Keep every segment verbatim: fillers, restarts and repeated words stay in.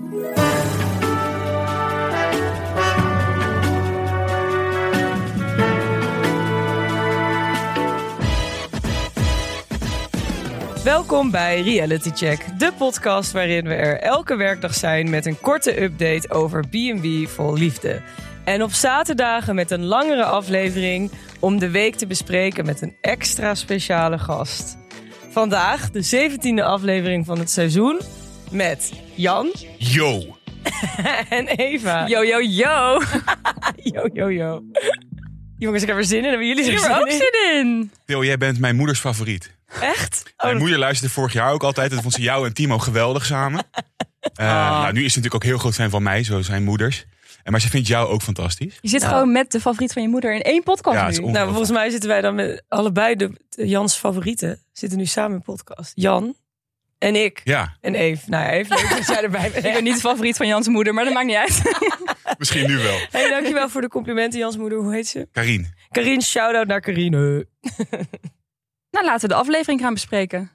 Welkom bij Reality Check, de podcast waarin we er elke werkdag zijn met een korte update over B en B vol liefde. En op zaterdagen met een langere aflevering om de week te bespreken met een extra speciale gast. Vandaag de zeventiende aflevering van het seizoen met Jan. Yo. En Eva. Yo, yo, yo. Yo, yo, yo. Jongens, ik heb er zin in. Hebben jullie er Ik heb zin er ook in? zin in. Wil, jij bent mijn moeders favoriet. Echt? Oh, Mijn dat- moeder luisterde vorig jaar ook altijd. Dat vond ze jou en Timo geweldig samen. Uh, Ah. nou, nu is ze natuurlijk ook heel groot fan van mij, zo zijn moeders. En maar ze vindt jou ook fantastisch. Je zit Nou. gewoon met de favoriet van je moeder in één podcast Ja, het is nu. on- Nou, volgens mij zitten wij dan met allebei de, de Jans favorieten. Zitten nu samen in een podcast. Jan en ik Ja, en Eve. Nou ja, Eve, leuk dat jij erbij bent. Ik ben niet de favoriet van Jans moeder, maar dat maakt niet uit. misschien nu wel. Hey, dankjewel voor de complimenten, Jans moeder. Hoe heet ze? Karien. Karine, shout-out naar Karine. Nou, laten we de aflevering gaan bespreken.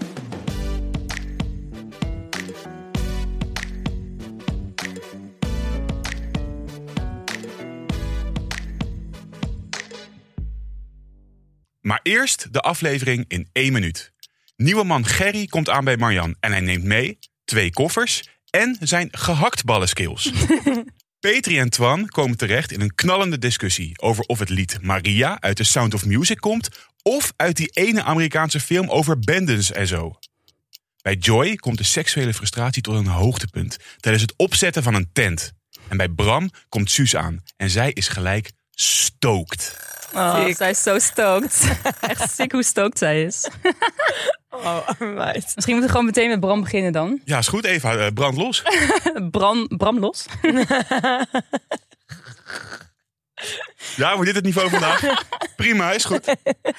Maar eerst de aflevering in één minuut. Nieuwe man Gerry komt aan bij Marjan en hij neemt mee twee koffers en zijn gehaktballenskills. Petri en Twan komen terecht in een knallende discussie over of het lied Maria uit The Sound of Music komt of uit die ene Amerikaanse film over bendes en zo. Bij Joy komt de seksuele frustratie tot een hoogtepunt tijdens het opzetten van een tent. En bij Bram komt Suus aan en zij is gelijk stoked. Oh, Sick. zij is zo stoked. Echt sick hoe stoked zij is. Oh, meid. Misschien moeten we gewoon meteen met Bram beginnen dan. Ja, is goed Eva, uh, brand los. Bram, Bram los. Ja, wordt dit het niveau vandaag? Prima, is goed.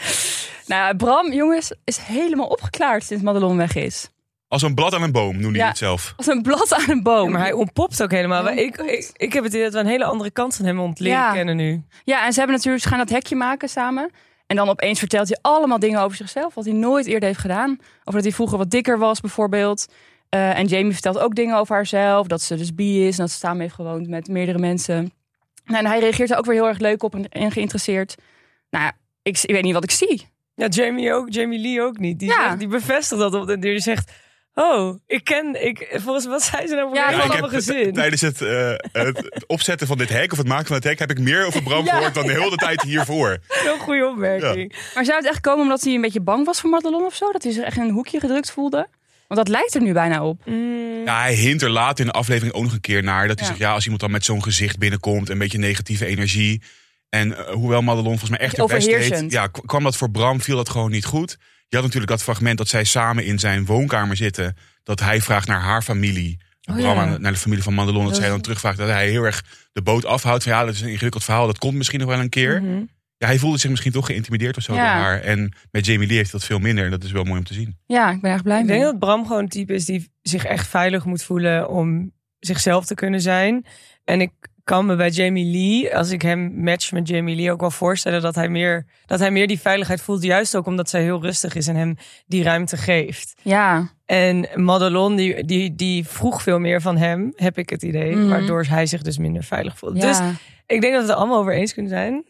Nou ja, Bram, jongens, is helemaal opgeklaard sinds Madelon weg is. Als een blad aan een boom, noemde Ja. hij het zelf. Als een blad aan een boom. Ja, maar hij ontpopt ook helemaal. Hij Maar ik, ik, ik heb het idee dat we een hele andere kant van hem ont leren Ja. kennen nu. Ja, en ze hebben natuurlijk, ze gaan dat hekje maken samen. En dan opeens vertelt hij allemaal dingen over zichzelf, wat hij nooit eerder heeft gedaan. Over dat hij vroeger wat dikker was, bijvoorbeeld. Uh, en Jamie vertelt ook dingen over haarzelf. Dat ze dus bi is en dat ze samen heeft gewoond met meerdere mensen. Nou, en hij reageert er ook weer heel erg leuk op en, en geïnteresseerd. Nou ja, ik, ik weet niet wat ik zie. Ja, Jamie ook. Jamie Lee ook niet. Die, Ja. zegt, die bevestigt dat op de deur. Die zegt, oh, ik ken... Ik, volgens wat zei ze nou voor Ja, een ik heel ik grappig heb, gezin? tijdens het, uh, het opzetten van dit hek, of het maken van het hek, heb ik meer over Bram Ja. gehoord dan de hele tijd hiervoor. Zo'n goede opmerking. Maar zou het echt komen omdat hij een beetje bang was voor Madelon of zo? Dat hij zich echt in een hoekje gedrukt voelde? Want dat lijkt er nu bijna op. Mm, Ja, hij hint er later in de aflevering ook nog een keer naar. Dat hij Ja. zegt, ja, als iemand dan met zo'n gezicht binnenkomt, een beetje negatieve energie. En uh, hoewel Madelon volgens mij echt haar best deed, Overheersend. ja, k- kwam dat voor Bram, viel dat gewoon niet goed. Je had natuurlijk dat fragment dat zij samen in zijn woonkamer zitten. Dat hij vraagt naar haar familie. Oh, Bram ja. aan, naar de familie van Madelon. Dat Dat zij is- dan terugvraagt dat hij heel erg de boot afhoudt. Van ja, dat is een ingewikkeld verhaal. Dat komt misschien nog wel een keer. mhm. Ja, hij voelde zich misschien toch geïntimideerd of zo Ja. door haar. En met Jamie Lee heeft hij dat veel minder. En dat is wel mooi om te zien. Ja, ik ben erg blij Ik mee. denk dat Bram gewoon een type is die zich echt veilig moet voelen om zichzelf te kunnen zijn. En ik kan me bij Jamie Lee, als ik hem match met Jamie Lee, ook wel voorstellen dat hij meer, dat hij meer die veiligheid voelt. Juist ook omdat zij heel rustig is en hem die ruimte geeft. Ja, En Madelon, die, die, die vroeg veel meer van hem, heb ik het idee. Mhm. Waardoor hij zich dus minder veilig voelt. ja. Dus ik denk dat we het er allemaal over eens kunnen zijn.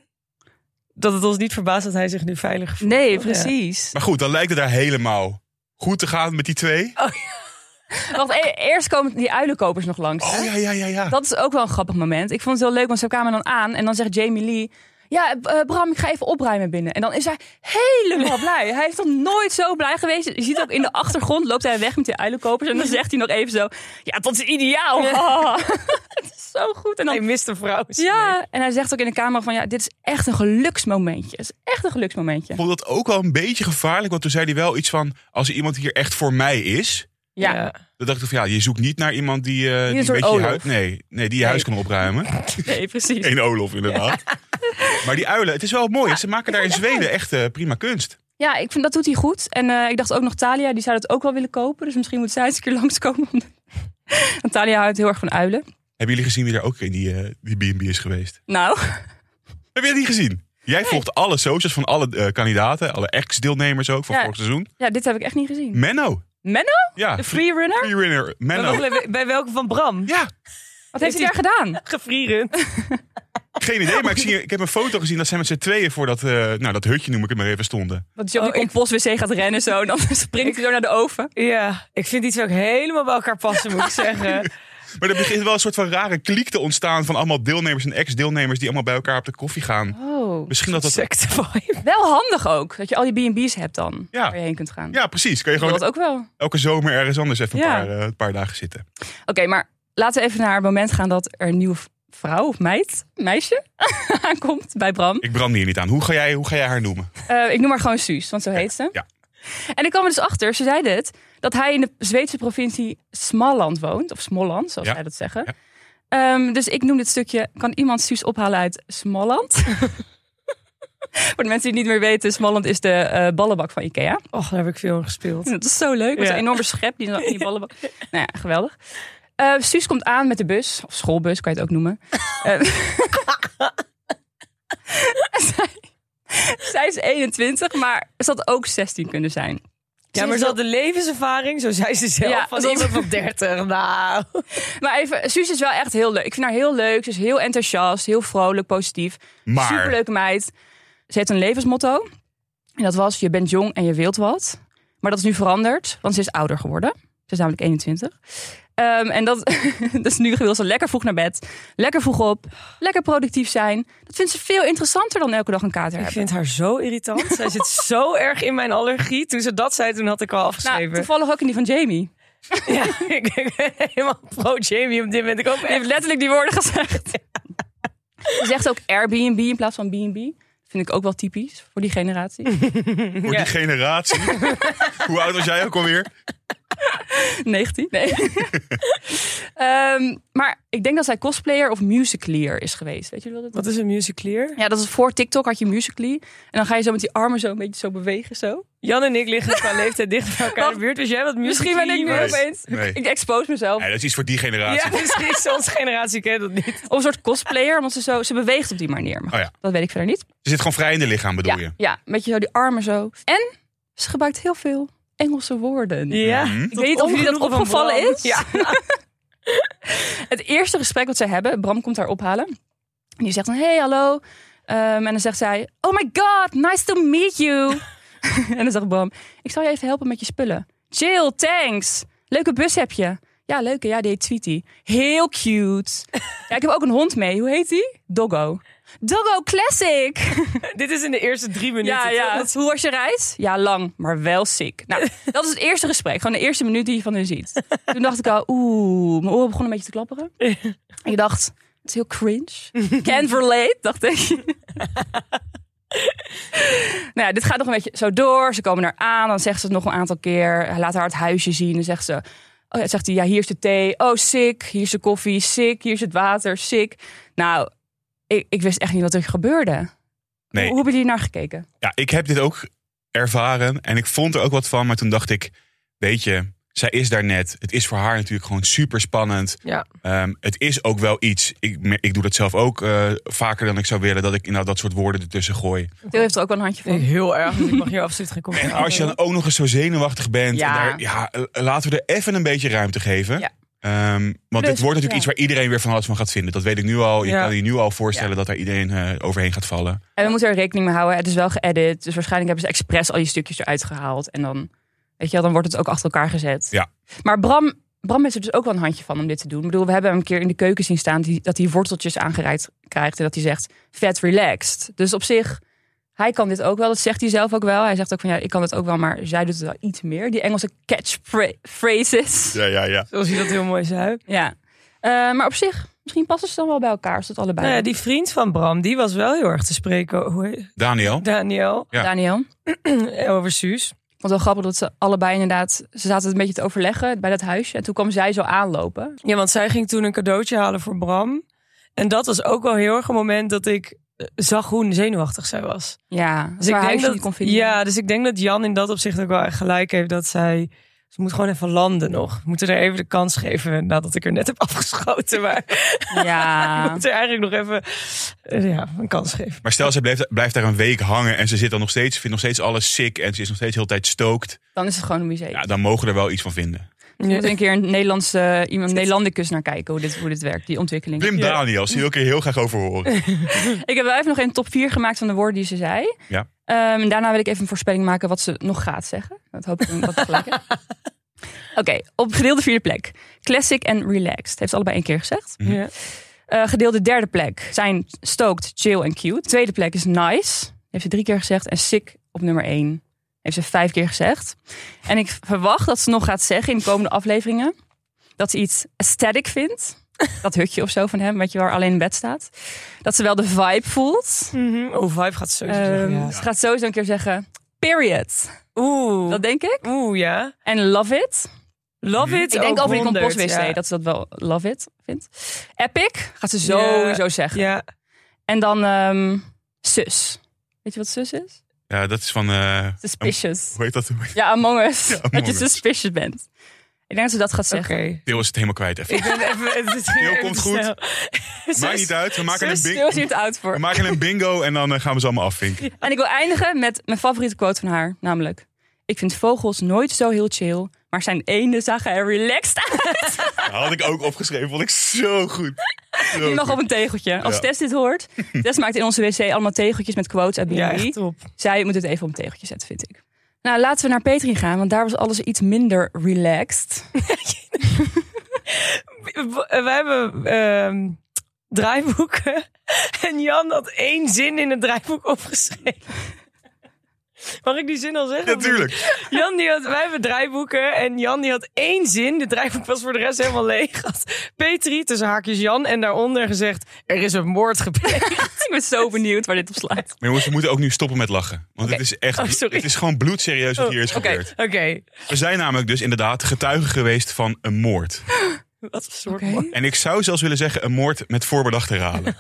Dat het ons niet verbaast dat hij zich nu veilig voelt. Nee, Ja. precies. Maar goed, dan lijkt het daar helemaal goed te gaan met die twee. Wacht, e- eerst komen die uilenkopers nog langs. hè? Oh ja, ja, ja, ja. Dat is ook wel een grappig moment. Ik vond het heel leuk, want ze kwamen dan aan en dan zegt Jamie Lee... Ja, eh, Bram, ik ga even opruimen binnen. En dan is hij helemaal blij. Hij is nog nooit zo blij geweest. Je ziet ook in de achtergrond loopt hij weg met die uilenkopers. En dan zegt hij nog even zo... Ja, dat is ideaal. Het is zo goed. En Hij dan, mist een vrouw. ja, en hij zegt ook in de camera van... Ja, dit is echt een geluksmomentje. Het is echt een geluksmomentje. Ik vond dat ook wel een beetje gevaarlijk. Want toen zei hij wel iets van, als er iemand hier echt voor mij is. Ja, Dan dacht ik van, ja, je zoekt niet naar iemand die, uh, die een een soort beetje je Olof. huis, nee, nee, die je Nee. huis kan opruimen. nee, precies. Eén Olof inderdaad. Maar die uilen, het is wel mooi. Ze maken daar in Zweden echt uh, prima kunst. Ja, ik vind dat doet hij goed. En uh, ik dacht ook nog Thalia, die zou dat ook wel willen kopen. Dus misschien moet zij eens een keer langskomen. Want Thalia houdt heel erg van uilen. Hebben jullie gezien wie er ook in die, uh, die B en B is geweest? Nou, Heb je dat niet gezien? Jij volgt alle socials van alle uh, kandidaten, alle ex-deelnemers ook van Ja. vorig seizoen. ja, dit heb ik echt niet gezien. Menno, Menno? Ja, De freerunner? freerunner. Menno. Bij, bij welke van Bram? Ja, Wat heeft hij daar gedaan? Gefreerund. geen idee. Maar ik, zie, ik heb een foto gezien dat zij met z'n tweeën voor dat, uh, nou, dat hutje, noem ik het maar even, stonden. Dat je op Oh, die ik- compostwc gaat rennen zo. En dan springt hij zo naar de oven. Ja, ik vind iets ook helemaal bij elkaar passen, moet ik zeggen. Maar er begint wel een soort van rare kliek te ontstaan van allemaal deelnemers en ex-deelnemers die allemaal bij elkaar op de koffie gaan. Oh. Misschien dat dat... Secte vibe. Wel handig ook. Dat je al die B en B's hebt dan. Ja. Waar je heen kunt gaan. Ja, precies. Kan je Ik wil gewoon dat ook wel. elke zomer ergens anders even een, Ja. paar, uh, een paar dagen zitten. Oké, maar laten we even naar het moment gaan dat er een nieuwe vrouw of meid, meisje, aankomt bij Bram. Ik brand hier niet aan. Hoe ga jij, hoe ga jij haar noemen? Uh, ik noem haar gewoon Suus, want zo heet ze. Ja. En ik kwam er dus achter, ze zeiden het, dat hij in de Zweedse provincie Småland woont. Of Småland, zoals Ja. zij dat zeggen. Ja. Um, dus ik noem dit stukje, kan iemand Suus ophalen uit Småland? Voor de mensen die het niet meer weten, Småland is de uh, ballenbak van Ikea. Och, daar heb ik veel in gespeeld. Dat is zo leuk, met Ja. een enorme schep die in die ballenbak. Nou ja, geweldig. Uh, Suus komt aan met de bus, of schoolbus, kan je het ook noemen. Uh, zij, zij is eenentwintig, maar ze had ook zestien kunnen zijn. Ja, maar ze had de levenservaring, zo zei ze zelf, Ja, van dat- iemand van dertig. Nou. Maar even, Suus is wel echt heel leuk. Ik vind haar heel leuk. Ze is heel enthousiast, heel vrolijk, positief. Maar Superleuke meid. Ze heeft een levensmotto. En dat was, je bent jong en je wilt wat. Maar dat is nu veranderd, want ze is ouder geworden. Ze is namelijk eenentwintig. Um, en dat, dus nu wil ze lekker vroeg naar bed. Lekker vroeg op. Lekker productief zijn. Dat vindt ze veel interessanter dan elke dag een kater Ik hebben. vind haar zo irritant. Zij zit zo erg in mijn allergie. Toen ze dat zei, toen had ik al Nou, afgeschreven. toevallig ook in die van Jamie. Ja, ik, ik ben helemaal pro-Jamie op dit moment. Ik hoop Die heeft echt... letterlijk die woorden gezegd. Ze zegt ook Airbnb in plaats van B en B. Vind ik ook wel typisch voor die generatie. voor Ja. die generatie. Hoe oud was jij ook alweer? negentien? Nee. um, maar ik denk dat zij cosplayer of musicalier is geweest. Weet je wel dat? Wat is een musicalier? Ja, dat is voor TikTok had je Musical.ly. En dan ga je zo met die armen zo een beetje zo bewegen. Zo. Jan en ik liggen qua leeftijd dicht bij elkaar in de buurt. Dus jij wat Misschien ben ik nu Nee. opeens... Nee. Ik expose mezelf. Nee, dat is iets voor die generatie. Ja, misschien onze generatie kent dat niet. Of een soort cosplayer, omdat ze zo... Ze beweegt op die manier. Maar Oh ja. dat weet ik verder niet. Ze zit gewoon vrij in de lichaam, bedoel Ja, je? ja, met je zo die armen zo. En ze gebruikt heel veel Engelse woorden. Ja. Mhm. Ik weet niet of jullie dat ongenoegen van opgevallen Bram. is. Ja. Het eerste gesprek wat zij hebben, Bram komt haar ophalen. En die zegt dan, hey, hallo. Um, en dan zegt zij, oh my god, nice to meet you. En dan zegt Bram, ik zal je even helpen met je spullen. Chill, thanks. Leuke bus heb je. Ja, leuke, ja, die heet Tweety. Heel cute. Ja, ik heb ook een hond mee. Hoe heet die? Doggo. Doggo Classic. Dit is in de eerste drie minuten. Ja, ja. toch? Dat- Hoe was je reis? Ja, lang, maar wel sick. Nou, dat is het eerste gesprek. Gewoon de eerste minuut die je van hun ziet. Toen dacht ik al, oeh, mijn oren begonnen een beetje te klapperen. En ik dacht, het is heel cringe. Can't relate, dacht ik. Nou ja, dit gaat nog een beetje zo door. Ze komen er aan, dan zegt ze het nog een aantal keer. Hij laat haar het huisje zien. Dan zegt ze, oh ja, zegt hij, ja, hier is de thee. Oh, sick. Hier is de koffie. Sick. Hier is het water. Sick. Nou, ik, ik wist echt niet wat er gebeurde. Nee. Hoe, hoe heb je hier naar gekeken? Ja, ik heb dit ook ervaren en ik vond er ook wat van. Maar toen dacht ik, weet je, zij is daar net. Het is voor haar natuurlijk gewoon super spannend. Ja. Um, het is ook wel iets, ik, ik doe dat zelf ook uh, vaker dan ik zou willen, dat ik inderdaad dat soort woorden ertussen gooi. Theo heeft er ook wel een handje Vind ik van. heel erg. Dus ik mag hier absoluut geen commentaar En als je dan ook nog eens zo zenuwachtig bent, Ja. en daar, ja, uh, laten we er even een beetje ruimte geven. Ja. Um, want Plus, dit wordt natuurlijk ja. iets waar iedereen weer van alles van gaat vinden. Dat weet ik nu al. Je Ja. kan je nu al voorstellen Ja. dat daar iedereen uh, overheen gaat vallen. En we moeten er rekening mee houden. Het is wel geëdit. Dus waarschijnlijk hebben ze expres al die stukjes eruit gehaald. En dan, weet je wel, dan wordt het ook achter elkaar gezet. Ja. Maar Bram, Bram heeft er dus ook wel een handje van om dit te doen. Ik bedoel, we hebben hem een keer in de keuken zien staan die, dat hij worteltjes aangereikt krijgt. En dat hij zegt, vet relaxed. Dus op zich, hij kan dit ook wel. Dat zegt hij zelf ook wel. Hij zegt ook van, ja, ik kan het ook wel, maar zij doet het wel iets meer. Die Engelse catchphrases. Ja, ja, ja. Zoals je dat heel mooi zei. Ja. Uh, maar op zich, misschien passen ze dan wel bij elkaar als het allebei Nou ja, doen. die vriend van Bram, die was wel heel erg te spreken. Hoe heet Daniel? Daniel. Ja. Daniel. Over Suus. Ik vond het wel grappig dat ze allebei inderdaad... Ze zaten een beetje te overleggen bij dat huisje. En toen kwam zij zo aanlopen. Ja, want zij ging toen een cadeautje halen voor Bram. En dat was ook wel heel erg een moment dat ik eh, zag hoe zenuwachtig zij was. Ja, Dus ik denk huisje dat, niet kon vinden. ja, dus ik denk dat Jan in dat opzicht ook wel echt gelijk heeft dat zij Ze moet gewoon even landen nog. We moeten er even de kans geven nadat ik er net heb afgeschoten. Maar Ja. je moet er eigenlijk nog even uh, ja, een kans geven. Maar stel, ze blijft, blijft daar een week hangen en ze zit dan nog steeds, vindt nog steeds alles sick en ze is nog steeds de hele tijd stoked. Dan is het gewoon een museum. Ja, dan mogen we er wel iets van vinden. Je moet er een keer een Nederlandse, iemand Nederlandicus naar kijken hoe dit, hoe dit werkt, die ontwikkeling. Wim Ja. Daniels, die wil ik er heel graag over horen. Ik heb wel even nog een top vier gemaakt van de woorden die ze zei. Ja. Um, en daarna wil ik even een voorspelling maken wat ze nog gaat zeggen. Dat hoop ik wat gelijk heb. Oké, okay, op gedeelde vierde plek. Classic en relaxed. Heeft ze allebei één keer gezegd. Mhm. Ja. Uh, gedeelde derde plek zijn stoked, chill en cute. Tweede plek is nice. Heeft ze drie keer gezegd. En sick op nummer één. Heeft ze vijf keer gezegd. En ik verwacht dat ze nog gaat zeggen in de komende afleveringen. Dat ze iets aesthetic vindt. Dat hutje of zo van hem, weet je, waar alleen in bed staat. Dat ze wel de vibe voelt. Mm-hmm. Oh, vibe gaat zo zeggen, Um, ja. Ze gaat sowieso een keer zeggen, period. Oeh. Dat denk ik. Oeh, ja. En love it. Love it. Ik denk ook over die honderd, compostwc ja. dat ze dat wel love it vindt. Epic gaat ze sowieso Ja. zeggen. Ja. En dan um, sus. Weet je wat sus is? Ja, dat is van... Uh, Suspicious. hoe heet dat? Ja, Among Us. Ja, dat Among je Us. suspicious bent. Ik denk dat ze dat gaat Oké. zeggen. Deel is het helemaal kwijt even. Ik ben even... Het is Deel even komt te goed. snel. Maakt niet uit, we maken, een zus, bing- Stil is hier het oud we voor. maken een bingo en dan uh, gaan we ze allemaal afvinken. En ik wil eindigen met mijn favoriete quote van haar. Namelijk, ik vind vogels nooit zo heel chill. Maar zijn eenden zagen er relaxed uit. Dat had ik ook opgeschreven, vond ik zo goed. Zo Die mag goed. op een tegeltje. Als Ja. Tess dit hoort. Tess maakt in onze wc allemaal tegeltjes met quotes uit B Ja, en B. echt top. Zij moet het even op een tegeltje zetten, vind ik. Nou, laten we naar Petri gaan, want daar was alles iets minder relaxed. We we hebben ehm, draaiboeken. En Jan had één zin in het draaiboek opgeschreven. Mag ik die zin al zeggen? Natuurlijk. Jan die had, wij hebben draaiboeken en Jan die had één zin. De draaiboek was voor de rest helemaal leeg. Had Petri tussen haakjes Jan en daaronder gezegd: er is een moord gepleegd. Ik ben zo benieuwd waar dit op slaat. Maar jongens, we moeten ook nu stoppen met lachen. Want het is echt, Oh, sorry. het is gewoon bloedserieus wat hier is Oké. gebeurd. Oké, We zijn namelijk dus inderdaad getuigen geweest van een moord. wat een soort Oké. moord. En ik zou zelfs willen zeggen een moord met voorbedachte raden.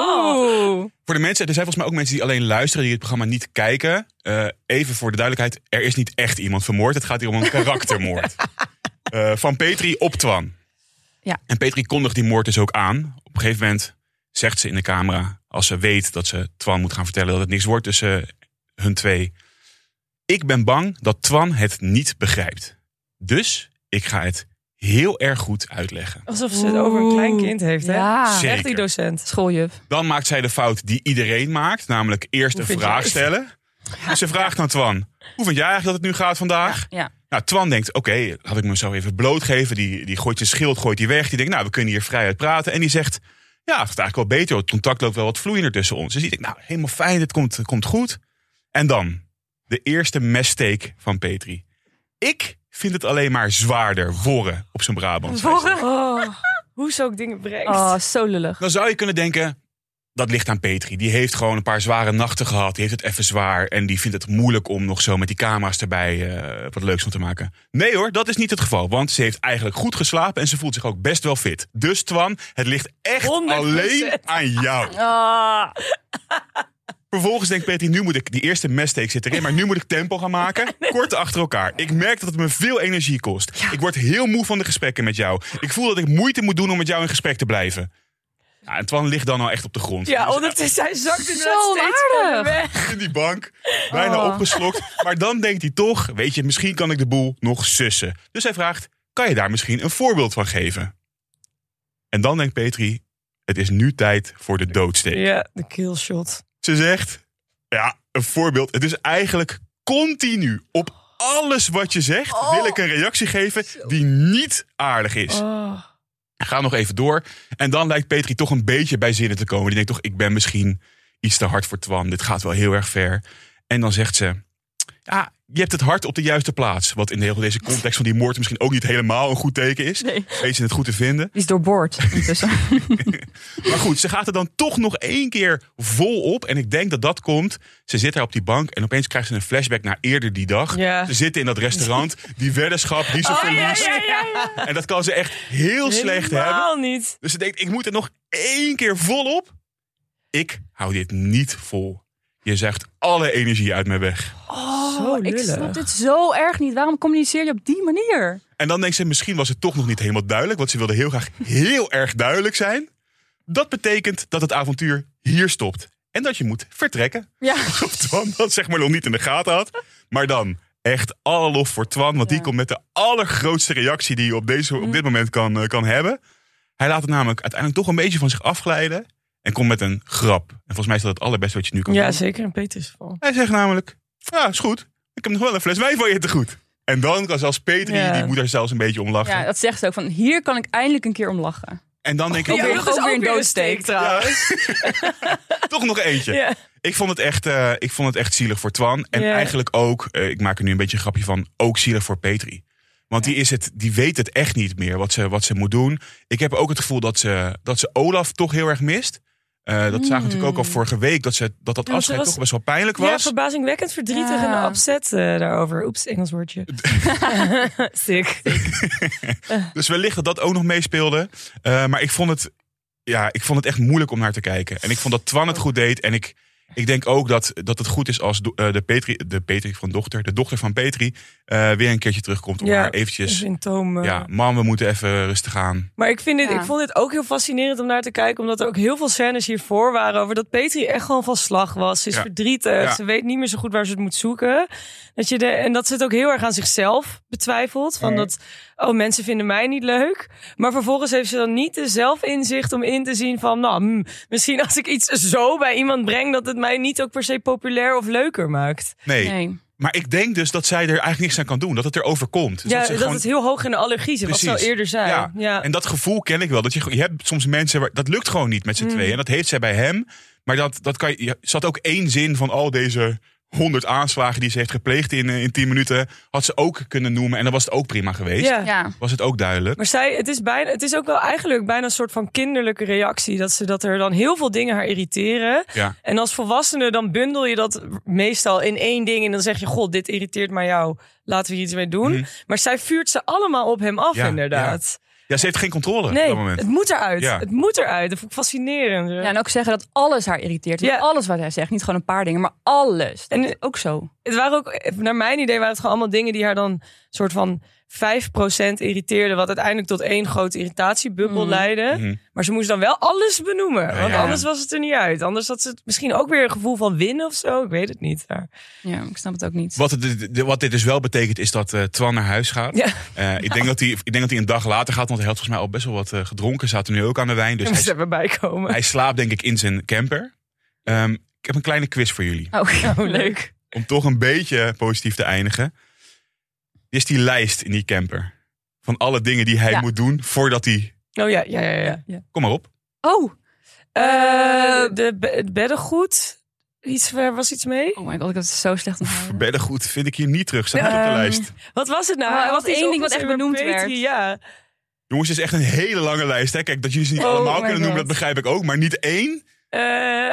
Oeh. Voor de mensen, er zijn volgens mij ook mensen die alleen luisteren, die het programma niet kijken. Uh, even voor de duidelijkheid, er is niet echt iemand vermoord. Het gaat hier om een karaktermoord. Uh, van Petri op Twan. Ja. En Petri kondigt die moord dus ook aan. Op een gegeven moment zegt ze in de camera, als ze weet dat ze Twan moet gaan vertellen dat het niks wordt tussen hun twee. Ik ben bang dat Twan het niet begrijpt. Dus ik ga het heel erg goed uitleggen. Alsof ze het over een klein kind heeft, hè? Ja. Zeker. Echt die docent. Schooljuf. Dan maakt zij de fout die iedereen maakt. Namelijk eerst Hoe een vind vraag jij het? stellen. Dus ze vraagt aan Twan. Hoe vind jij eigenlijk dat het nu gaat vandaag? Ja. Nou, Twan denkt, oké, okay, laat ik me zo even blootgeven. Die, die gooit zijn schild, gooit die weg. Die denkt, nou, we kunnen hier vrijuit praten. En die zegt, ja, het is eigenlijk wel beter. Het contact loopt wel wat vloeiender tussen ons. Dus die denkt, nou, helemaal fijn, het komt, het komt goed. En dan, de eerste messteek van Petri. Ik vind het alleen maar zwaarder, worren op zijn Brabants. Oh, hoe ze ook dingen brengt. Oh, zo lullig. Dan zou je kunnen denken, dat ligt aan Petri. Die heeft gewoon een paar zware nachten gehad. Die heeft het even zwaar. En die vindt het moeilijk om nog zo met die camera's erbij uh, wat leuks van te maken. Nee hoor, dat is niet het geval. Want ze heeft eigenlijk goed geslapen en ze voelt zich ook best wel fit. Dus Twan, het ligt echt honderd procent alleen aan jou. Ah. Vervolgens denkt Petri, nu moet ik, die eerste messteek zit erin, maar nu moet ik tempo gaan maken. Kort achter elkaar. Ik merk dat het me veel energie kost. Ja. Ik word heel moe van de gesprekken met jou. Ik voel dat ik moeite moet doen om met jou in gesprek te blijven. Ja, en Twan ligt dan al echt op de grond. Ja, Dus, ondertussen hij zakt Zo inderdaad steeds aardig. verder weg. in die bank, bijna Oh. opgeslokt. Maar dan denkt hij toch, weet je, misschien kan ik de boel nog sussen. Dus hij vraagt, kan je daar misschien een voorbeeld van geven? En dan denkt Petri, het is nu tijd voor de doodsteek. Ja, de killshot. Ze zegt, ja, een voorbeeld. Het is eigenlijk continu op alles wat je zegt, Oh. wil ik een reactie geven die niet aardig is. Oh. Ga nog even door. En dan lijkt Petri toch een beetje bij zinnen te komen. Die denkt toch, ik ben misschien iets te hard voor Twan. Dit gaat wel heel erg ver. En dan zegt ze, ja, je hebt het hart op de juiste plaats. Wat in de hele deze context van die moord misschien ook niet helemaal een goed teken is. Nee. Weet je het goed te vinden. Die is doorboord intussen. Maar goed, ze gaat er dan toch nog één keer vol op. En ik denk dat dat komt. Ze zit daar op die bank en opeens krijgt ze een flashback naar eerder die dag. Ja. Ze zitten in dat restaurant. Die weddenschap die ze Oh, ja, verliest. ja, ja, ja. En dat kan ze echt heel slecht hebben. Helemaal niet. Dus ze denkt, ik moet er nog één keer volop. Ik hou dit niet vol. Je zuigt alle energie uit me weg. Oh, Zo ik lullig. snap dit zo erg niet. Waarom communiceer je op die manier? En dan denkt ze, misschien was het toch nog niet helemaal duidelijk. Want ze wilde heel graag heel erg duidelijk zijn. Dat betekent dat het avontuur hier stopt. En dat je moet vertrekken. Ja. Of Twan dat zeg maar nog niet in de gaten had. Maar dan echt alle lof voor Twan. Want Ja. die komt met de allergrootste reactie die je op, deze, op dit moment kan, uh, kan hebben. Hij laat het namelijk uiteindelijk toch een beetje van zich afglijden. En komt met een grap. En volgens mij is dat het allerbeste wat je nu kan Ja, doen. zeker in Peters geval. Hij zegt namelijk, ja, is goed. Ik heb nog wel een fles wijn van je te goed. En dan kan zelfs Petri, Ja. die moet er zelfs een beetje om lachen. Ja, dat zegt ze ook. Van, hier kan ik eindelijk een keer om lachen. En dan denk ik, Ja, ja, dat is ook weer een doodsteek trouwens. toch nog eentje. Ja. Ik vond het echt, uh, ik vond het echt zielig voor Twan. En Ja. eigenlijk ook, uh, ik maak er nu een beetje een grapje van, ook zielig voor Petri. Want die, is het, die weet het echt niet meer wat ze, wat ze moet doen. Ik heb ook het gevoel dat ze, dat ze Olaf toch heel erg mist. Uh, dat zagen we natuurlijk ook al vorige week. Dat ze, dat, dat Ja, afscheid ze was- toch best wel pijnlijk Ja, was. verbazingwekkend verdrietig Ja. en upset uh, daarover. Oeps, Engels woordje. Sick. Dus wellicht dat dat ook nog meespeelde. Uh, maar ik vond, het, ja, ik vond het echt moeilijk om naar te kijken. En ik vond dat Twan het goed deed. En ik, ik denk ook dat, dat het goed is als do, uh, de, Petri, de Petri van dochter, de dochter van Petri, uh, weer een keertje terugkomt. Om Ja, haar eventjes, symptomen. ja, mam, we moeten even rustig aan. Maar ik, vind dit, Ja. ik vond dit ook heel fascinerend om naar te kijken. Omdat er ook heel veel scènes hiervoor waren over dat Petri echt gewoon van slag was. Ze is Ja. verdrietig. Ja. Ze weet niet meer zo goed waar ze het moet zoeken. Dat je de, en dat ze het ook heel erg aan zichzelf betwijfelt. Van Ja. dat, oh, mensen vinden mij niet leuk. Maar vervolgens heeft ze dan niet de zelfinzicht om in te zien van... Nou, hm, misschien als ik iets zo bij iemand breng... dat het mij niet ook per se populair of leuker maakt. Nee. Nee. Maar ik denk dus dat zij er eigenlijk niks aan kan doen. Dat het erover komt. Dus Ja, dat dat, ze gewoon- het heel hoog in de allergie zit. Wat ze al Precies. eerder zei. Ja. Ja. En dat gevoel ken ik wel. Dat je, je hebt soms mensen, waar, dat lukt gewoon niet met z'n Mm. tweeën. En dat heeft zij bij hem. Maar dat, dat kan je, ze had ook één zin van al deze honderd aanslagen die ze heeft gepleegd in, eh, in tien minuten. Had ze ook kunnen noemen. En dan was het ook prima geweest. Ja. Ja. Was het ook duidelijk. Maar zij, het is, bijna, het is ook wel eigenlijk bijna een soort van kinderlijke reactie. Dat, ze, dat er dan heel veel dingen haar irriteren. Ja. En als volwassene dan bundel je dat meestal in één ding. En dan zeg je, god, dit irriteert maar jou. Laten we hier iets mee doen. Mhm. Maar zij vuurt ze allemaal op hem af, Ja, inderdaad. Ja, ze heeft geen controle op Nee, dat moment. het moet eruit. Ja. Het moet eruit. Dat vond ik fascinerend. Ja, en ook zeggen dat alles haar irriteert. Ja. Alles wat hij zegt. Niet gewoon een paar dingen, maar alles. Dat En- is ook zo. Het waren ook, naar mijn idee, waren het gewoon allemaal dingen die haar dan soort van vijf procent irriteerden. Wat uiteindelijk tot één grote irritatiebubbel Mhm. leidde. Mhm. Maar ze moest dan wel alles benoemen. Ja, want ja. anders was het er niet uit. Anders had ze het misschien ook weer een gevoel van winnen of zo. Ik weet het niet. Maar, Ja, ik snap het ook niet. Wat, het, de- de- wat dit dus wel betekent is dat uh, Twan naar huis gaat. ja, Uh, ik, denk dat hij, ik denk dat hij een dag later gaat. Want hij had volgens mij al best wel wat uh, gedronken. Zaten nu ook aan de wijn. Dus er moest hij, even bijkomen. hij slaapt denk ik in zijn camper. Um, ik heb een kleine quiz voor jullie. Oh, Oh, leuk. Om toch een beetje positief te eindigen. Is die lijst in die camper. Van alle dingen die hij Ja. moet doen voordat hij... Oh ja, ja, ja. ja. ja. Kom maar op. Oh. Eh, Eh, de be- het beddengoed. Iets, er was iets mee. Oh my god, ik heb het zo slecht onthouden. Beddengoed vind ik hier niet terug. Staat niet op de Ehm, lijst. Wat was het nou? Oh, er Hij was had iets één ding wat echt opgeschreven benoemd Petri, werd. Ja. Jongens, het is echt een hele lange lijst. Hè? Kijk, dat jullie ze niet Oh allemaal my kunnen noemen, God. dat begrijp ik ook. Maar niet één. Eh,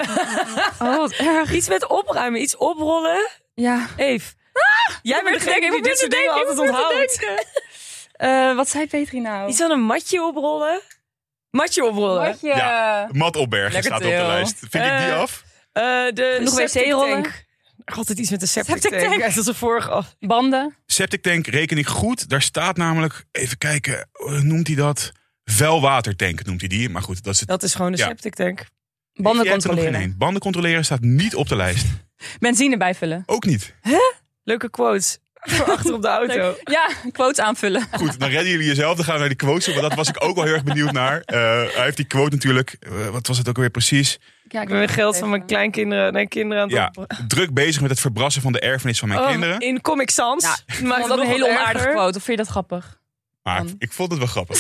Oh, wat erg. iets met opruimen, iets oprollen. Ja. Eve. Jij bent Ik degene die probeer dit te soort dingen denken, altijd ik probeer te onthoudt. Eh, wat zei Petri nou? Iets aan een matje oprollen. Matje oprollen. Matje. Ja. Matt Opbergen Lekker staat op de til. lijst. Vind ik die Eh, af? Eh, de Genoeg septic wc-rollen? tank. Altijd iets met de septic, Septic tank. tank. Ja, dat is de vorige af. Banden. Septic tank reken ik goed. Daar staat namelijk, even kijken, hoe noemt hij dat? Vuilwatertank noemt hij die. Maar goed, dat is het. Dat is gewoon de Ja. septic tank. Banden Jij hebt er nog geen controleren. één. Banden controleren staat niet op de lijst. Benzine bijvullen. Ook niet. Leuke quotes. Voor achter op de auto. Ja, quotes aanvullen. Goed, dan redden jullie jezelf. Dan gaan we naar die quotes toe. Maar dat was ik ook wel heel erg benieuwd naar. Eh, hij heeft die quote natuurlijk. eh, wat was het ook alweer precies? Ja, Ik ben weer geld van mijn kleinkinderen naar kinderen aan het Ja, op. druk bezig met het verbrassen van de erfenis van mijn Oh, kinderen. in Comic Sans. Ja, Maakt Ik het vond dat nog een hele wat onaardige erger. quote. Of vind je dat grappig? Maar Dan. ik vond het wel grappig.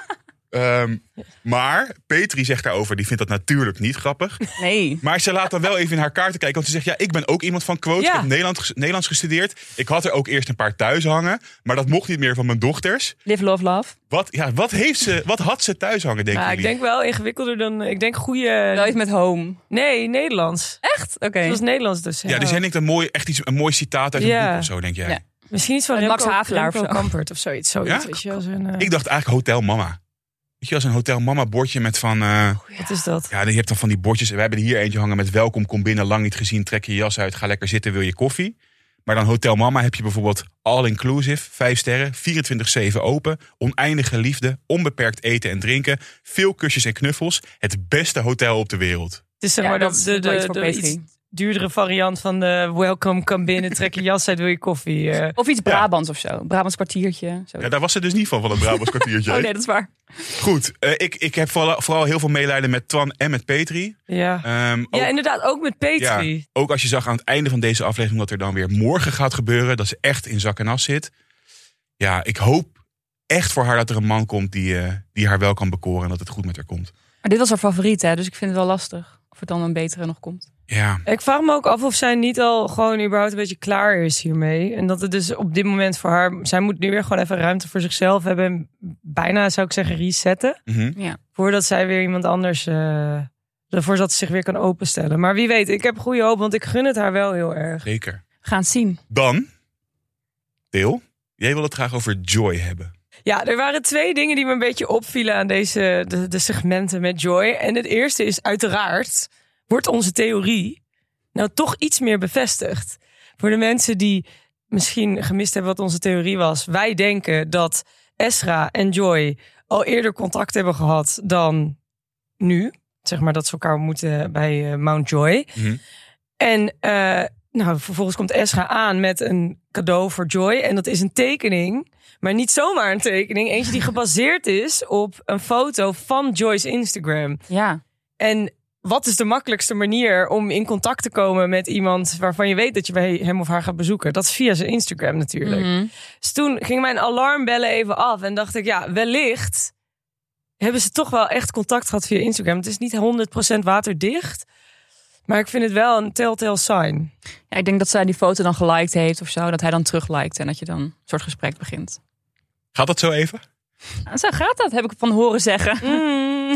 Ehm, maar Petri zegt daarover, die vindt dat natuurlijk niet grappig. Nee. Maar ze laat dan wel even in haar kaarten kijken. Want ze zegt, ja, ik ben ook iemand van quotes. Ja. Ik heb Nederland, ges- Nederlands gestudeerd. Ik had er ook eerst een paar thuis hangen. Maar dat mocht niet meer van mijn dochters. Live, love, love. Wat, ja, wat, heeft ze, wat had ze thuis hangen, denk Nou, ik jullie? denk wel ingewikkelder dan... Ik denk Wel goede... iets met home. Nee, Nederlands. Echt? Oké. Het was Nederlands dus. Ja, dus jij denkt een mooi, echt iets, een mooi citaat uit een Ja. boek of zo, denk jij? Ja. Misschien iets van Met Max Remco, Havelaar of Remco zo. Kampert of zoiets. zoiets Ja? weet je, als een, eh, Ik dacht eigenlijk Hotel Mama. Weet je, als een Hotel Mama bordje met van... eh, Wat is dat? ja, je hebt dan van die bordjes. We hebben er hier eentje hangen met welkom, kom binnen, lang niet gezien. Trek je jas uit, ga lekker zitten, wil je koffie? Maar dan Hotel Mama heb je bijvoorbeeld all-inclusive, vijf sterren, vierentwintig zeven open, oneindige liefde, onbeperkt eten en drinken, veel kusjes en knuffels. Het beste hotel op de wereld. Het is zeg Ja, maar dat de, is de, wel iets de, voor de Petri. iets duurdere variant van de welcome, kom binnen, trek je jas uit, wil je koffie. eh. Of iets Brabants of zo. Brabants kwartiertje. Zo. Ja, daar was ze dus niet van, van het Brabants kwartiertje. Oh nee, dat is waar. Goed, uh, ik, ik heb vooral, vooral heel veel medelijden met Twan en met Petri. Ja. Um, ja, ook, inderdaad, ook met Petri. ja, ook als je zag aan het einde van deze aflevering dat er dan weer morgen gaat gebeuren, dat ze echt in zak en as zit. Ja, ik hoop echt voor haar dat er een man komt die, uh, die haar wel kan bekoren en dat het goed met haar komt. Maar dit was haar favoriet, hè? Dus ik vind het wel lastig of er dan een betere nog komt. Ja. Ik vraag me ook af of zij niet al gewoon überhaupt een beetje klaar is hiermee. En dat het dus op dit moment voor haar... Zij moet nu weer gewoon even ruimte voor zichzelf hebben. En bijna, zou ik zeggen, resetten. Mm-hmm. Ja. Voordat zij weer iemand anders... Uh, voordat ze zich weer kan openstellen. Maar wie weet, ik heb goede hoop, want ik gun het haar wel heel erg. Zeker. We gaan het zien. Dan, Deel, jij wil het graag over Joy hebben. Ja, er waren twee dingen die me een beetje opvielen aan deze de, de segmenten met Joy. En het eerste is uiteraard, wordt onze theorie nou toch iets meer bevestigd. Voor de mensen die misschien gemist hebben wat onze theorie was. Wij denken dat Ezra en Joy al eerder contact hebben gehad dan nu. Zeg maar dat ze elkaar moeten bij uh, Mount Joy. Mm-hmm. En uh, nou, vervolgens komt Ezra aan met een cadeau voor Joy. En dat is een tekening. Maar niet zomaar een tekening. Eentje die gebaseerd is op een foto van Joy's Instagram. Ja. En wat is de makkelijkste manier om in contact te komen met iemand waarvan je weet dat je bij hem of haar gaat bezoeken? Dat is via zijn Instagram natuurlijk. Mm-hmm. Dus toen ging mijn alarmbellen even af en dacht ik, ja, wellicht hebben ze toch wel echt contact gehad via Instagram. Het is niet honderd procent waterdicht, maar ik vind het wel een telltale sign. Ja, ik denk dat zij die foto dan geliked heeft of zo. Dat hij dan terugliked en dat je dan een soort gesprek begint. Gaat dat zo even? Nou, zo gaat dat, heb ik van horen zeggen. Mm.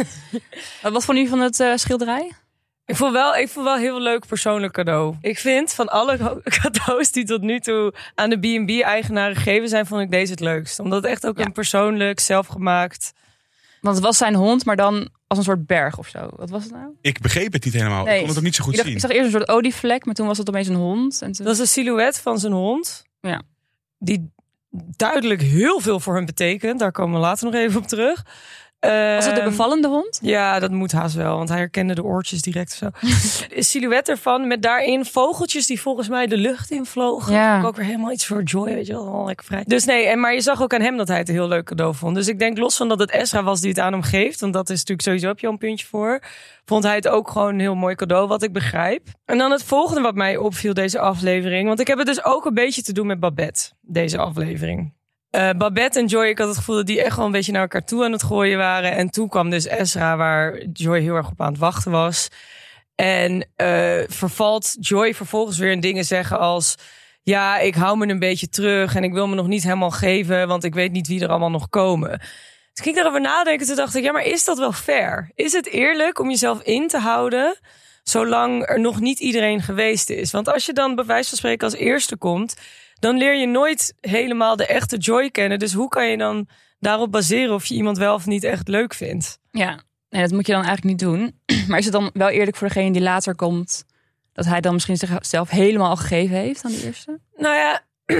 Wat vond u van het uh, schilderij? Ik vond wel, ik vond wel een heel leuk persoonlijk cadeau. Ik vind van alle cadeaus die tot nu toe aan de B en B-eigenaren gegeven zijn, vond ik deze het leukst. Omdat het echt ook Ja. een persoonlijk, zelfgemaakt... Want het was zijn hond, maar dan als een soort berg of zo. Wat was het nou? Ik begreep het niet helemaal. Nee. Ik kon het ook niet zo goed Ik, dacht, zien. ik zag eerst een soort olievlek, maar toen was het opeens een hond. En toen... Dat is een silhouet van zijn hond. Ja. Die duidelijk heel veel voor hem betekent. Daar komen we later nog even op terug. Was het de Ehm, bevallende hond? Ja, dat moet haast wel, want hij herkende de oortjes direct of zo. Een silhouet ervan met daarin vogeltjes die volgens mij de lucht invlogen. Ja. Ook weer helemaal iets voor Joy, weet je wel, wel lekker vrij. Dus nee, en maar je zag ook aan hem dat hij het een heel leuk cadeau vond. Dus ik denk los van dat het Ezra was die het aan hem geeft, want dat is natuurlijk sowieso, heb je al een puntje voor, vond hij het ook gewoon een heel mooi cadeau, wat ik begrijp. En dan het volgende wat mij opviel deze aflevering, want ik heb het dus ook een beetje te doen met Babette, deze aflevering. Uh, Babette en Joy, ik had het gevoel dat die echt wel een beetje naar elkaar toe aan het gooien waren. En toen kwam dus Ezra, waar Joy heel erg op aan het wachten was. En uh, vervalt Joy vervolgens weer in dingen zeggen als... Ja, ik hou me een beetje terug en ik wil me nog niet helemaal geven, want ik weet niet wie er allemaal nog komen. Dus ging ik daarover nadenken, toen dacht ik, ja, maar is dat wel fair? Is het eerlijk om jezelf in te houden, zolang er nog niet iedereen geweest is? Want als je dan bij wijze van spreken als eerste komt, dan leer je nooit helemaal de echte Joy kennen. Dus hoe kan je dan daarop baseren of je iemand wel of niet echt leuk vindt? Ja, nee, dat moet je dan eigenlijk niet doen. Maar is het dan wel eerlijk voor degene die later komt, dat hij dan misschien zichzelf helemaal al gegeven heeft aan de eerste? Nou ja,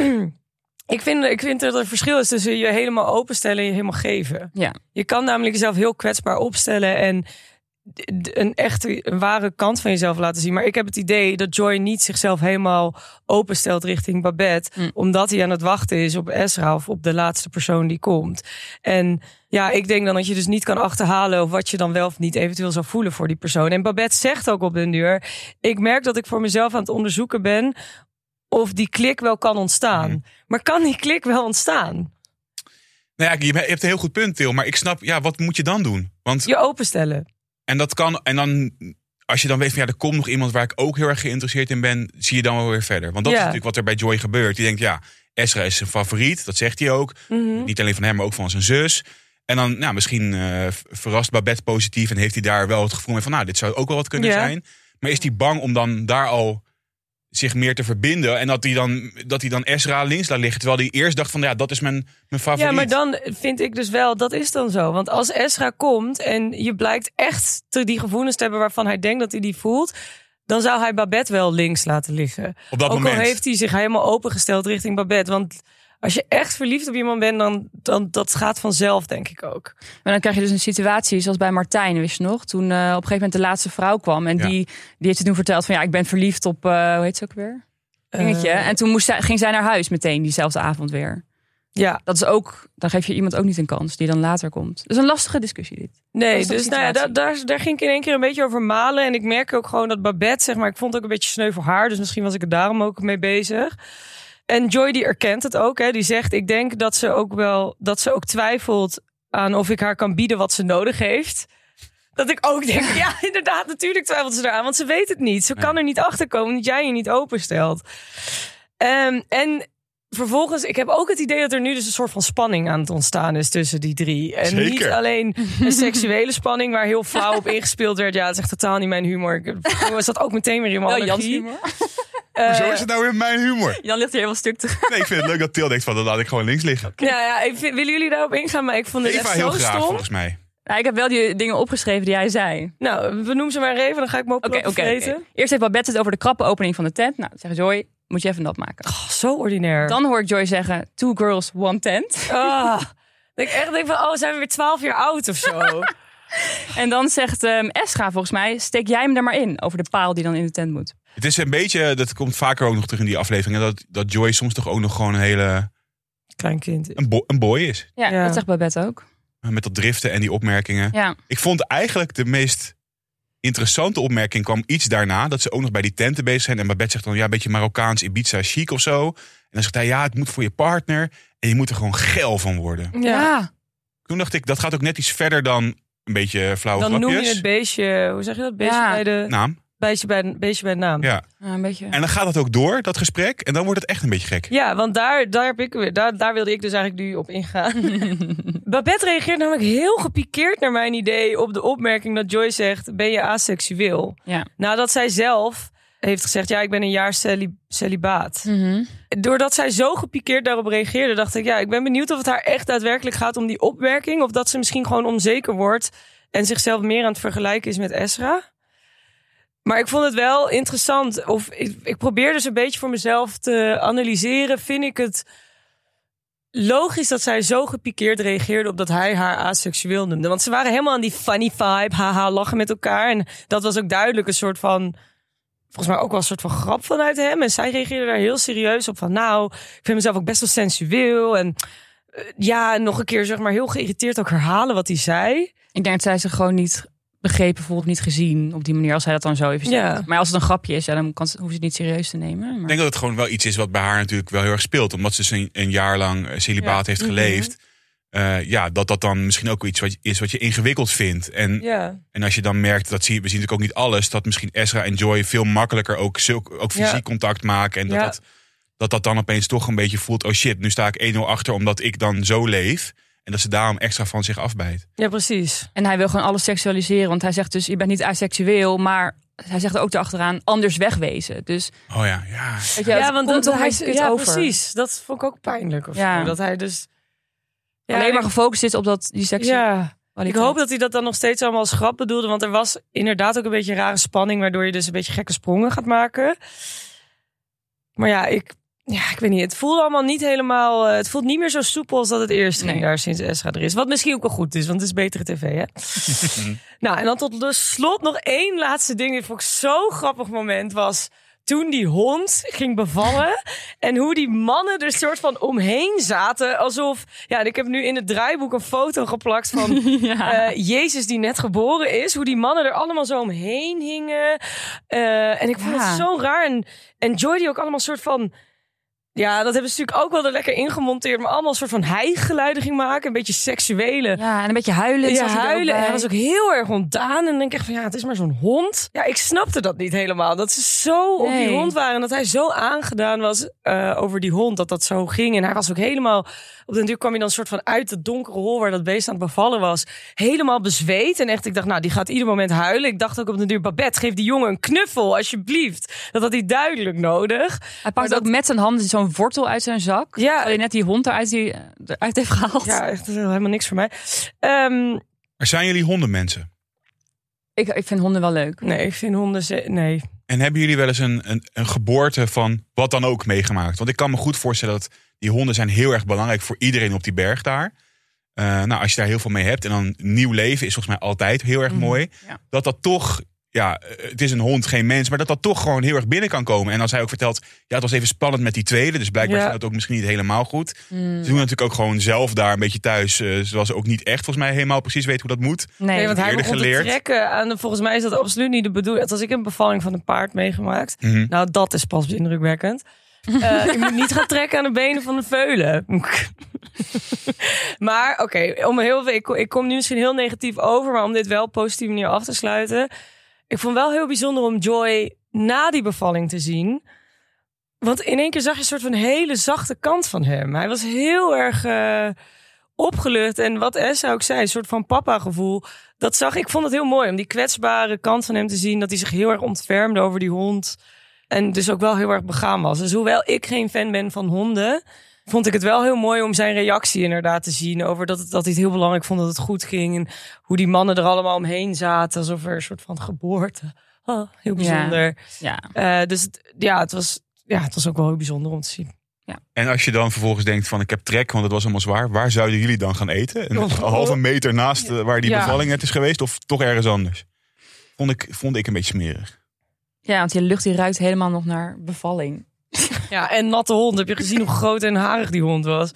ik vind, ik vind dat er een verschil is tussen je helemaal openstellen en je helemaal geven. Ja. Je kan namelijk jezelf heel kwetsbaar opstellen en een echte, een ware kant van jezelf laten zien. Maar ik heb het idee dat Joy niet zichzelf helemaal openstelt richting Babette, Mm. omdat hij aan het wachten is op Ezra of op de laatste persoon die komt. En ja, ik denk dan dat je dus niet kan achterhalen of wat je dan wel of niet eventueel zou voelen voor die persoon. En Babette zegt ook op den duur, ik merk dat ik voor mezelf aan het onderzoeken ben of die klik wel kan ontstaan. Mm. Maar kan die klik wel ontstaan? Nou ja, je hebt een heel goed punt, Til. Maar ik snap, ja, wat moet je dan doen? Want Je openstellen. En dat kan, en dan, als je dan weet van ja, er komt nog iemand waar ik ook heel erg geïnteresseerd in ben, zie je dan wel weer verder. Want dat Ja. is natuurlijk wat er bij Joy gebeurt. Die denkt, ja, Ezra is zijn favoriet, dat zegt hij ook. Mm-hmm. Niet alleen van hem, maar ook van zijn zus. En dan, nou, misschien uh, verrast Babette positief en heeft hij daar wel het gevoel mee van, nou, dit zou ook wel wat kunnen Ja. zijn. Maar is hij bang om dan daar al zich meer te verbinden en dat hij dan, dat hij dan Ezra links laat liggen, terwijl hij eerst dacht van, ja, dat is mijn, mijn favoriet. Ja, maar dan vind ik dus wel, dat is dan zo. Want als Ezra komt en je blijkt echt te die gevoelens te hebben waarvan hij denkt dat hij die voelt, dan zou hij Babette wel links laten liggen. Op dat Ook moment. al heeft hij zich helemaal opengesteld richting Babette. Want als je echt verliefd op iemand bent, dan, dan dat gaat vanzelf, denk ik ook. Maar dan krijg je dus een situatie zoals bij Martijn, wist je nog? Toen uh, op een gegeven moment de laatste vrouw kwam. En Ja. die, die heeft ze toen verteld van ja, ik ben verliefd op, uh, hoe heet ze ook weer? Dingetje. Uh, en toen moest zij, ging zij naar huis meteen diezelfde avond weer. Ja, Dat is ook, dan geef je iemand ook niet een kans die dan later komt. Dat is een lastige discussie dit. nee, Lastige dus nou ja, situatie. daar, daar, daar ging ik in één keer een beetje over malen. En ik merk ook gewoon dat Babette, zeg maar, ik vond het ook een beetje sneu voor haar. Dus misschien was ik er daarom ook mee bezig. En Joy die erkent het ook. Hè. Die zegt, ik denk dat ze ook wel, dat ze ook twijfelt aan of ik haar kan bieden wat ze nodig heeft. Dat ik ook denk, ja, inderdaad, natuurlijk twijfelt ze eraan. Want ze weet het niet. Ze Nee. kan er niet achter komen omdat jij je niet openstelt. Um, en vervolgens, ik heb ook het idee dat er nu dus een soort van spanning aan het ontstaan is tussen die drie. En Zeker. niet alleen een seksuele spanning waar heel flauw op ingespeeld werd. Ja, het is echt totaal niet mijn humor. Ik was dat ook meteen weer in mijn Wel Jans allergie. humor. Uh, Hoezo is het nou weer mijn humor? Jan ligt hier helemaal stuk te Nee, ik vind het leuk dat Til denkt van, dan laat ik gewoon links liggen. Ja, ja, ik vind, willen jullie daarop ingaan? Maar ik vond dit Eva echt heel zo graag, stom. volgens mij. Nou, ik heb wel die dingen opgeschreven die jij zei. Nou, we noemen ze maar even, dan ga ik me op Oké, okay, oké. vreten. oké. Eerst heeft Babette het over de krappe opening van de tent. Nou, zeggen Joy, moet je even dat maken. Oh, zo ordinair. Dan hoor ik Joy zeggen, two girls, one tent. Ah, dat ik echt denk van, oh, zijn we weer twaalf jaar oud of zo? En dan zegt um, Esra volgens mij, steek jij hem er maar in. Over de paal die dan in de tent moet. Het is een beetje, dat komt vaker ook nog terug in die afleveringen, dat, dat Joy soms toch ook nog gewoon een hele, Klein kind. een, bo- een boy is. Ja, Ja. dat zegt Babette ook. Met dat driften en die opmerkingen. Ja. Ik vond eigenlijk de meest interessante opmerking kwam iets daarna. Dat ze ook nog bij die tenten bezig zijn. En Babette zegt dan, ja, een beetje Marokkaans, Ibiza chic of zo. En dan zegt hij, ja, het moet voor je partner. En je moet er gewoon geil van worden. Ja. Ja. Toen dacht ik, dat gaat ook net iets verder dan een beetje flauwe Dan noem grapjes. je het beestje, hoe zeg je dat? Beestje Ja. bij de Naam. beestje bij, beestje bij de naam. Ja. Ja, een beetje. En dan gaat het ook door, dat gesprek. En dan wordt het echt een beetje gek. Ja, want daar, daar, heb ik, weer- daar, daar wilde ik dus eigenlijk nu op ingaan. Babette reageert namelijk heel gepikeerd naar mijn idee op de opmerking dat Joy zegt, ben je aseksueel? Ja. Nadat zij zelf heeft gezegd, ja, ik ben een jaar celi- celibaat. Mhm. Doordat zij zo gepikeerd daarop reageerde, dacht ik, ja, ik ben benieuwd of het haar echt daadwerkelijk gaat om die opmerking. Of dat ze misschien gewoon onzeker wordt en zichzelf meer aan het vergelijken is met Esra. Maar ik vond het wel interessant. Of ik, ik probeer dus een beetje voor mezelf te analyseren. Vind ik het logisch dat zij zo gepikeerd reageerde op dat hij haar aseksueel noemde? Want ze waren helemaal aan die funny vibe, haha, lachen met elkaar. En dat was ook duidelijk een soort van, volgens mij ook wel een soort van grap vanuit hem. En zij reageerde daar heel serieus op van, nou, ik vind mezelf ook best wel sensueel. En uh, ja, nog een keer zeg maar heel geïrriteerd ook herhalen wat hij zei. Ik denk dat zij zich gewoon niet begrepen, bijvoorbeeld niet gezien op die manier, als hij dat dan zo even zegt. Ja. Maar als het een grapje is, ja, dan kan, hoeft ze het niet serieus te nemen. Ik Maar... denk dat het gewoon wel iets is wat bij haar natuurlijk wel heel erg speelt. Omdat ze dus een, een jaar lang eh, celibaat Ja. heeft geleefd. Uh, ja, dat dat dan misschien ook iets wat je, is wat je ingewikkeld vindt. En, Ja. en als je dan merkt, dat zie, we zien natuurlijk ook niet alles, dat misschien Esra en Joy veel makkelijker ook, zulk, ook fysiek Ja. contact maken. En dat, Ja. dat, dat dat dan opeens toch een beetje voelt, oh shit, nu sta ik één nul achter omdat ik dan zo leef. En dat ze daarom extra van zich afbijt. Ja, precies. En hij wil gewoon alles seksualiseren, want hij zegt dus, je bent niet aseksueel, maar hij zegt er ook erachteraan, anders wegwezen. Dus, Oh ja, ja. weet je, Ja, het want komt dat, toch hij, een kut ja, over. precies. Dat vond ik ook pijnlijk. Of Ja. zo. Dat hij dus ja, Alleen maar ik- gefocust is op dat, die seksualiteit. Ja, ik hoop dat hij dat dan nog steeds allemaal als grap bedoelde. Want er was inderdaad ook een beetje rare spanning, waardoor je dus een beetje gekke sprongen gaat maken. Maar ja, ik, ja, ik weet niet. Het voelde allemaal niet helemaal. uh, Het voelt niet meer zo soepel als dat het eerst ging Nee. daar sinds Esra er is. Wat misschien ook wel goed is, want het is betere tv, hè? Nou, en dan tot de slot nog één laatste ding. Dit vond ik zo'n grappig moment was toen die hond ging bevallen en hoe die mannen er soort van omheen zaten. Alsof, ja, en ik heb nu in het draaiboek een foto geplakt van Ja. uh, Jezus die net geboren is. Hoe die mannen er allemaal zo omheen hingen. Uh, en ik vond Ja. het zo raar. En, en Joy die ook allemaal soort van, ja, dat hebben ze natuurlijk ook wel er lekker ingemonteerd, maar allemaal een soort van hijgeluiden ging maken. Een beetje seksuele. Ja, en een beetje huilen. Ja, zat hij er ook huilen. En bij. hij was ook heel erg ontdaan. En dan denk ik echt van, ja, het is maar zo'n hond. Ja, ik snapte dat niet helemaal. Dat ze zo op Nee. die hond waren. En dat hij zo aangedaan was uh, over die hond. Dat dat zo ging. En hij was ook helemaal, op den duur kwam hij dan soort van uit het donkere hol waar dat beest aan het bevallen was. Helemaal bezweet. En echt, ik dacht, nou, die gaat ieder moment huilen. Ik dacht ook op den duur, Babette, geef die jongen een knuffel, alsjeblieft. Dat had hij duidelijk nodig. Hij pakt dat- ook met zijn handen zo'n wortel uit zijn zak. Ja. Terwijl hij net die hond eruit, die, eruit heeft gehaald. Ja, echt helemaal niks voor mij. Um, Maar zijn jullie hondenmensen? Ik, ik vind honden wel leuk. nee, ik vind honden... ze- Nee. En hebben jullie wel eens een, een, een geboorte van wat dan ook meegemaakt? Want ik kan me goed voorstellen dat die honden zijn heel erg belangrijk voor iedereen op die berg daar. Uh, nou, als je daar heel veel mee hebt en dan nieuw leven is volgens mij altijd heel erg mooi. Mm, ja. Dat dat toch, ja, het is een hond, geen mens, maar dat dat toch gewoon heel erg binnen kan komen. En als hij ook vertelt, ja, het was even spannend met die tweede, dus blijkbaar ja. is dat ook misschien niet helemaal goed. Mm. Ze doen natuurlijk ook gewoon zelf daar een beetje thuis, uh, zoals ze ook niet echt volgens mij helemaal precies weet hoe dat moet. Nee, nee want hij begon geleerd. te trekken aan, volgens mij is dat absoluut niet de bedoeling. Als ik een bevalling van een paard meegemaakt, mm-hmm. nou dat is pas indrukwekkend. Uh, je moet niet gaan trekken aan de benen van de veulen. Maar oké, okay, om heel ik, ik kom nu misschien heel negatief over, maar om dit wel op positieve manier af te sluiten. Ik vond wel heel bijzonder om Joy na die bevalling te zien. Want in één keer zag je een soort van hele zachte kant van hem. Hij was heel erg uh, opgelucht. En wat Essa ook zei, een soort van papa gevoel. Dat zag ik, vond het heel mooi om die kwetsbare kant van hem te zien. Dat hij zich heel erg ontfermde over die hond. En dus ook wel heel erg begaan was. Dus hoewel ik geen fan ben van honden, vond ik het wel heel mooi om zijn reactie inderdaad te zien. Over dat, het, dat hij het heel belangrijk vond dat het goed ging. En hoe die mannen er allemaal omheen zaten. Alsof er een soort van geboorte. Oh, heel bijzonder. Ja. Ja. Uh, dus het, ja, het was, ja, het was ook wel heel bijzonder om te zien. Ja. En als je dan vervolgens denkt van ik heb trek, want het was allemaal zwaar. Waar zouden jullie dan gaan eten? Een oh, halve meter naast uh, waar die ja. bevalling net is geweest? Of toch ergens anders? Vond ik, vond ik een beetje smerig. Ja, want je lucht die ruikt helemaal nog naar bevalling. Ja, en natte hond. Heb je gezien hoe groot en harig die hond was?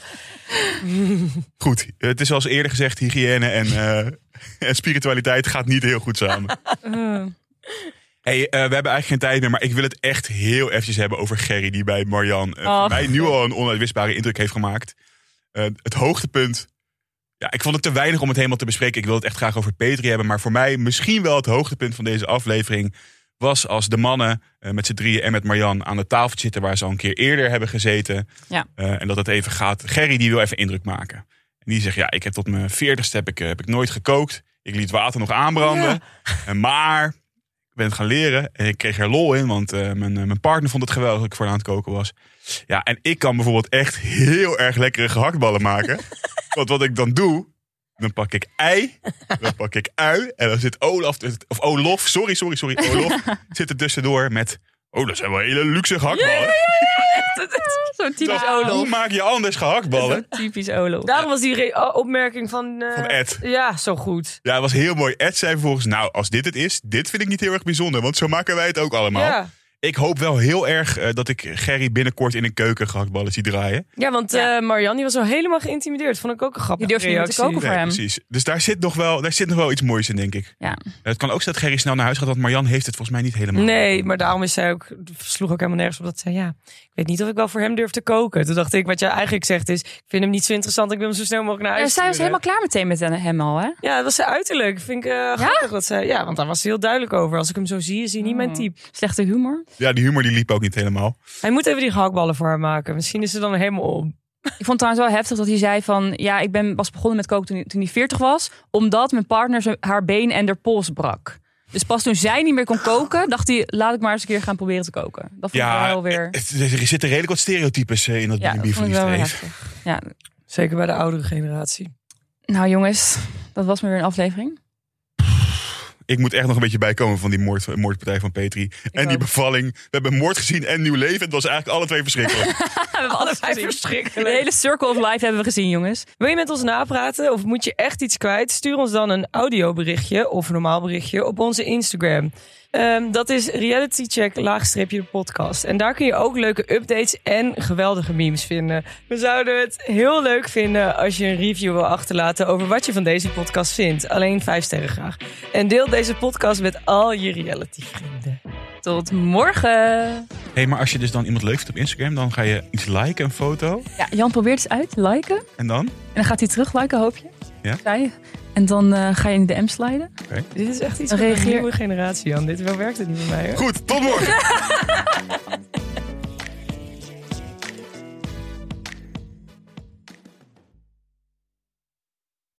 Goed, het is zoals eerder gezegd, hygiëne en, uh, en spiritualiteit gaat niet heel goed samen. Uh. Hey, uh, we hebben eigenlijk geen tijd meer, maar ik wil het echt heel eventjes hebben over Gerry, die bij Marjan uh, oh. voor mij nu al een onuitwisbare indruk heeft gemaakt. Uh, het hoogtepunt, ja, ik vond het te weinig om het helemaal te bespreken. Ik wil het echt graag over Petri hebben, maar voor mij misschien wel het hoogtepunt van deze aflevering was als de mannen uh, met z'n drieën en met Marjan aan de tafel zitten waar ze al een keer eerder hebben gezeten. Ja. Uh, en dat het even gaat. Gerry die wil even indruk maken. En die zegt, ja, ik heb tot mijn veertigste heb ik, heb ik nooit gekookt. Ik liet water nog aanbranden. Ja. Uh, maar ik ben het gaan leren en ik kreeg er lol in, want uh, mijn, uh, mijn partner vond het geweldig dat ik voor aan het koken was. Ja, en ik kan bijvoorbeeld echt heel erg lekkere gehaktballen maken. Want wat ik dan doe, dan pak ik ei, dan pak ik ui en dan zit Olaf, of Olof, sorry, sorry, sorry, Olof, zit er tussendoor met, oh, dat zijn wel hele luxe gehaktballen. Ja, ja, ja. Zo'n typisch Olof. Hoe maak je anders gehaktballen? Zo'n typisch Olof. Daarom was die re- opmerking van... Uh, van Ed. Ja, zo goed. Ja, het was heel mooi. Ed zei vervolgens, nou, als dit het is, dit vind ik niet heel erg bijzonder, want zo maken wij het ook allemaal. Ja. Ik hoop wel heel erg uh, dat ik Gerry binnenkort in een keuken gehaktballen zie draaien. Ja, want uh, Marjan die was zo helemaal geïntimideerd. Vond ik ook een grappige Die durfde niet te koken voor nee, hem. Precies. Dus daar zit, nog wel, daar zit nog wel iets moois in, denk ik. Ja. Het kan ook zijn dat Gerry snel naar huis gaat, want Marjan heeft het volgens mij niet helemaal. Nee, maar daarom is zij ook, sloeg ook helemaal nergens op dat ze zei, ja, ik weet niet of ik wel voor hem durf te koken. Toen dacht ik, wat jij eigenlijk zegt is, ik vind hem niet zo interessant, ik wil hem zo snel mogelijk naar huis. Ja, zij was helemaal klaar meteen met hem al, hè? Ja, dat was ze uiterlijk. Vind ik uh, ja? grappig dat zij, ja, want daar was ze heel duidelijk over. Als ik hem zo zie, is hij niet oh. mijn type. Slechte humor? Ja, die humor die liep ook niet helemaal. Hij moet even die gehaktballen voor haar maken. Misschien is ze dan helemaal om. Ik vond het trouwens wel heftig dat hij zei van... ja, ik ben pas begonnen met koken toen, toen hij veertig was... omdat mijn partner haar been en haar pols brak. Dus pas toen zij niet meer kon koken... dacht hij, laat ik maar eens een keer gaan proberen te koken. Dat vond ja, ik wel weer... Het, er zitten redelijk wat stereotypes in dat ja, B en B verliefd. Ja, zeker bij de oudere generatie. Nou jongens, dat was maar weer een aflevering. Ik moet echt nog een beetje bijkomen van die moord, moordpartij van Petri. Ik en die ook. bevalling. We hebben moord gezien en nieuw leven. Het was eigenlijk alle twee verschrikkelijk. We hebben allebei verschrikkelijk. De hele Circle of Life hebben we gezien, jongens. Wil je met ons napraten of moet je echt iets kwijt? Stuur ons dan een audioberichtje of een normaal berichtje op onze Instagram. Um, dat is realitycheck laagstreepje podcast. En daar kun je ook leuke updates en geweldige memes vinden. We zouden het heel leuk vinden als je een review wil achterlaten over wat je van deze podcast vindt. Alleen vijf sterren graag. En deel deze podcast met al je reality vrienden. Tot morgen. Hey, maar als je dus dan iemand leuk vindt op Instagram, dan ga je iets liken, een foto. Ja, Jan probeert eens uit, liken. En dan? En dan gaat hij terug liken, hoop je. Ja. Zei. En dan uh, ga je in de D M sliden. Okay. Dit is echt iets van een nieuwe generatie, Jan. Dit wel werkt het niet bij mij. Hoor. Goed, tot morgen.